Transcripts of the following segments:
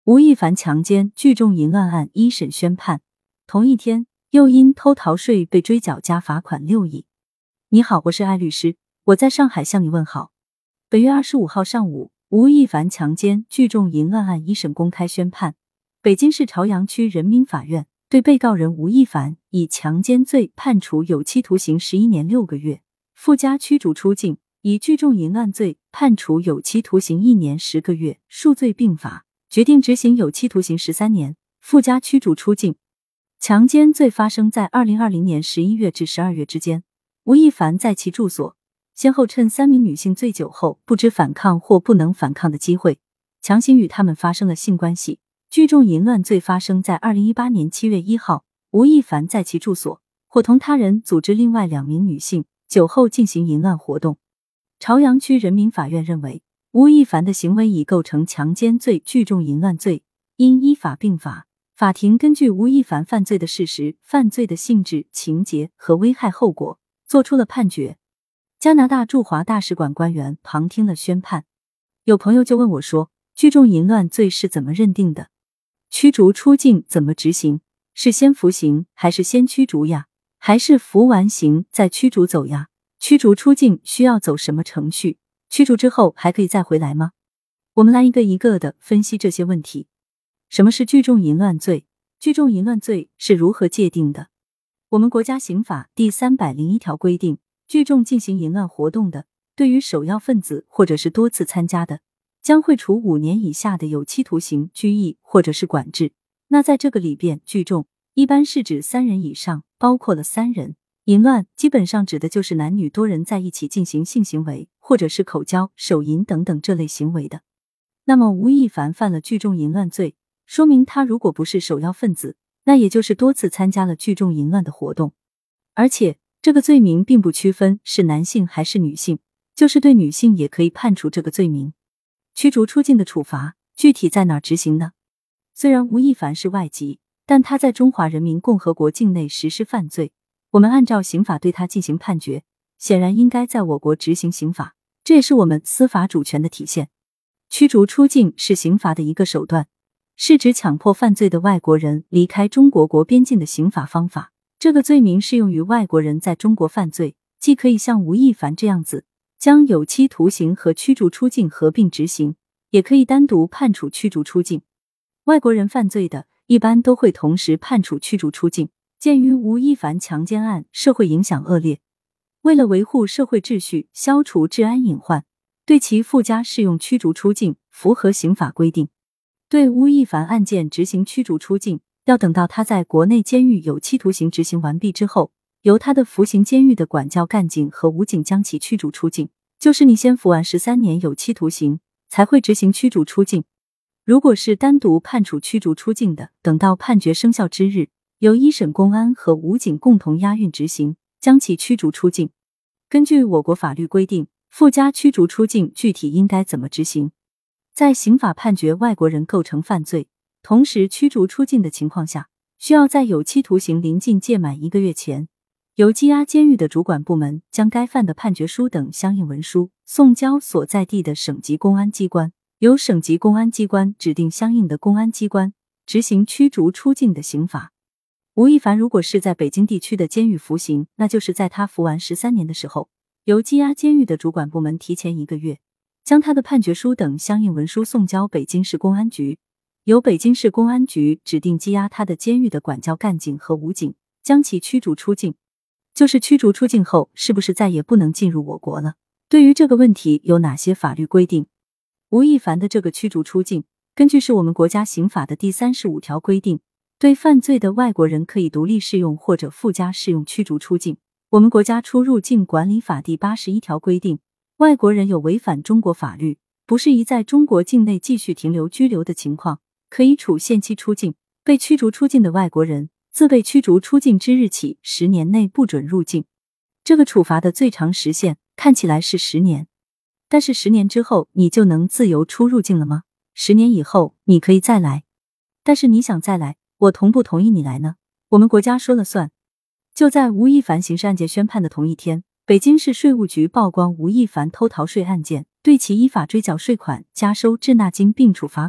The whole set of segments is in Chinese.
吴亦凡强奸聚众淫乱案一审宣判，同一天又因偷逃税被追缴加罚款6亿。你好，我是艾律师，我在上海向你问好。本月25号上午，吴亦凡强奸聚众淫乱案一审公开宣判，北京市朝阳区人民法院对被告人吴亦凡以强奸罪判处有期徒刑11年6个月，附加驱逐出境；以聚众淫乱罪判处有期徒刑1年10个月，数罪并罚，决定执行有期徒刑13年，附加驱逐出境。强奸罪发生在2020年11月至12月之间，吴亦凡在其住所先后趁3名女性醉酒后不知反抗或不能反抗的机会，强行与她们发生了性关系。聚众淫乱罪发生在2018年7月1号，吴亦凡在其住所伙同他人组织另外2名女性酒后进行淫乱活动。朝阳区人民法院认为，吴亦凡的行为已构成强奸罪、聚众淫乱罪，应依法并罚。法庭根据吴亦凡犯罪的事实、犯罪的性质、情节和危害后果，作出了判决。加拿大驻华大使馆官员旁听了宣判。有朋友就问我说，聚众淫乱罪是怎么认定的？驱逐出境怎么执行？是先服刑还是先驱逐呀？还是服完刑再驱逐走呀？驱逐出境需要走什么程序？驱逐之后还可以再回来吗？我们来一个一个的分析这些问题。什么是聚众淫乱罪？聚众淫乱罪是如何界定的？我们国家刑法第301条规定，聚众进行淫乱活动的，对于首要分子或者是多次参加的，将会处5年以下的有期徒刑、拘役或者是管制。那在这个里边，聚众一般是指3人以上，包括了3人。淫乱基本上指的就是男女多人在一起进行性行为，或者是口交、手淫等等这类行为的。那么吴亦凡犯了聚众淫乱罪，说明他如果不是首要分子，那也就是多次参加了聚众淫乱的活动。而且这个罪名并不区分是男性还是女性，就是对女性也可以判处这个罪名。驱逐出境的处罚具体在哪儿执行呢？虽然吴亦凡是外籍，但他在中华人民共和国境内实施犯罪，我们按照刑法对他进行判决，显然应该在我国执行刑法，这也是我们司法主权的体现。驱逐出境是刑罚的一个手段，是指强迫犯罪的外国人离开中国国边境的刑法方法。这个罪名适用于外国人在中国犯罪，既可以像吴亦凡这样子将有期徒刑和驱逐出境合并执行，也可以单独判处驱逐出境。外国人犯罪的一般都会同时判处驱逐出境。鉴于吴亦凡强奸案社会影响恶劣，为了维护社会秩序，消除治安隐患，对其附加适用驱逐出境，符合刑法规定。对吴亦凡案件执行驱逐出境，要等到他在国内监狱有期徒刑执行完毕之后，由他的服刑监狱的管教干警和武警将其驱逐出境。就是你先服完13年有期徒刑，才会执行驱逐出境。如果是单独判处驱逐出境的，等到判决生效之日，由一审公安和武警共同押运执行，将其驱逐出境。根据我国法律规定，附加驱逐出境具体应该怎么执行？在刑法判决外国人构成犯罪，同时驱逐出境的情况下，需要在有期徒刑临近届满1个月前，由羁押监狱的主管部门将该犯的判决书等相应文书送交所在地的省级公安机关，由省级公安机关指定相应的公安机关执行驱逐出境的刑罚。吴亦凡如果是在北京地区的监狱服刑，那就是在他服完13年的时候，由羁押监狱的主管部门提前1个月，将他的判决书等相应文书送交北京市公安局，由北京市公安局指定羁押他的监狱的管教干警和武警，将其驱逐出境。就是驱逐出境后，是不是再也不能进入我国了？对于这个问题有哪些法律规定？吴亦凡的这个驱逐出境，根据是我们国家刑法的第35条规定，对犯罪的外国人可以独立适用或者附加适用驱逐出境。我们国家出入境管理法第81条规定，外国人有违反中国法律，不适宜在中国境内继续停留居留的情况，可以处限期出境。被驱逐出境的外国人，自被驱逐出境之日起10年内不准入境。这个处罚的最长时限看起来是10年，但是10年之后你就能自由出入境了吗？10年以后你可以再来，但是你想再来，我同不同意你来呢？我们国家说了算。就在吴亦凡刑事案件宣判的同一天，北京市税务局曝光吴亦凡偷逃税案件，对其依法追缴税款、加收滞纳金并处罚款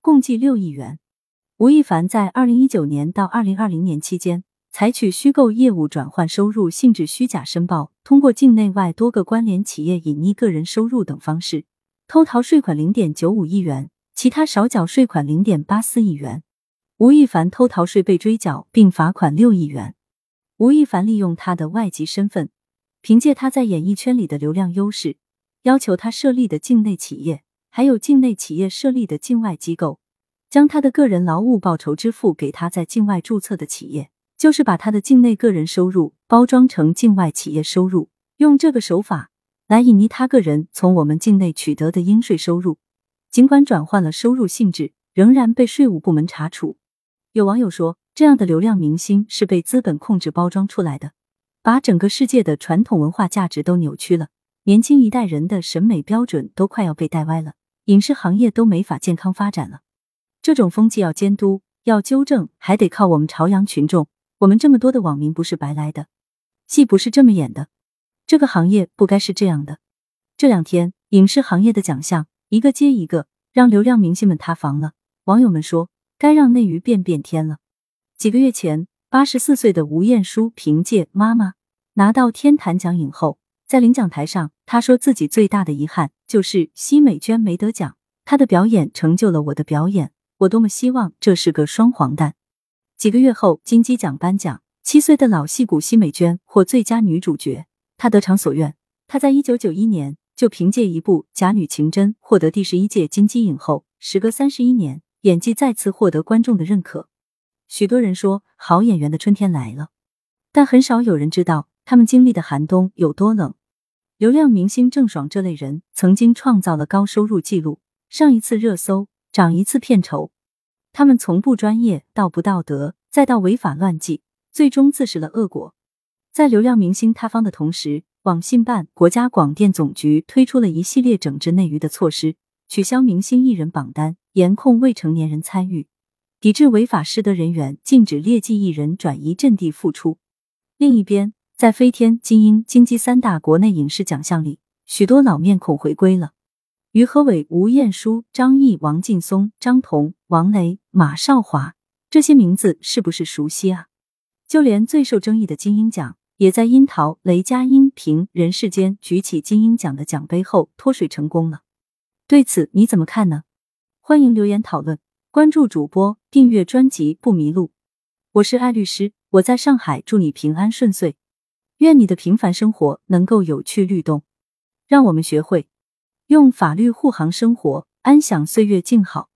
共计6亿元。吴亦凡在2019年到2020年期间，采取虚构业务转换收入性质虚假申报，通过境内外多个关联企业隐匿个人收入等方式，偷逃税款 0.95 亿元，其他少缴税款 0.84 亿元。吴亦凡偷逃税被追缴并罚款6亿元。吴亦凡利用他的外籍身份，凭借他在演艺圈里的流量优势，要求他设立的境内企业，还有境内企业设立的境外机构，将他的个人劳务报酬支付给他在境外注册的企业，就是把他的境内个人收入包装成境外企业收入，用这个手法来隐匿他个人从我们境内取得的应税收入。尽管转换了收入性质，仍然被税务部门查处。有网友说，这样的流量明星是被资本控制包装出来的，把整个世界的传统文化价值都扭曲了，年轻一代人的审美标准都快要被带歪了，影视行业都没法健康发展了。这种风气要监督，要纠正，还得靠我们朝阳群众。我们这么多的网民不是白来的，戏不是这么演的，这个行业不该是这样的。这2天，影视行业的奖项一个接一个，让流量明星们塌房了。网友们说，该让内娱变天了。几个月前，84岁的吴彦姝凭借《妈妈》拿到天坛奖影后，在领奖台上，她说自己最大的遗憾就是奚美娟没得奖，她的表演成就了我的表演，我多么希望这是个双黄蛋。几个月后，金鸡奖颁奖，7岁的老戏骨奚美娟获最佳女主角，她得偿所愿。她在1991年就凭借一部《假女情真》获得第11届金鸡影后，时隔31年，演技再次获得观众的认可。许多人说好演员的春天来了，但很少有人知道他们经历的寒冬有多冷。流量明星郑爽这类人曾经创造了高收入记录，上一次热搜，涨一次片酬。他们从不专业到不道德，再到违法乱纪，最终自食了恶果。在流量明星塌方的同时，网信办、国家广电总局推出了一系列整治内娱的措施，取消明星艺人榜单，严控未成年人参与，抵制违法失德人员，禁止劣迹艺人转移阵地复出。另一边，在飞天、金鹰、金鸡3大国内影视奖项里，许多老面孔回归了。于和伟、吴彦姝、张译、王劲松、张彤、王雷、马少华，这些名字是不是熟悉啊？就连最受争议的金鹰奖，也在樱桃、雷佳音、凭人世间举起金鹰奖的奖杯后脱水成功了。对此你怎么看呢？欢迎留言讨论，关注主播，订阅专辑不迷路。我是艾律师，我在上海，祝你平安顺遂，愿你的平凡生活能够有趣律动。让我们学会用法律护航生活，安享岁月静好。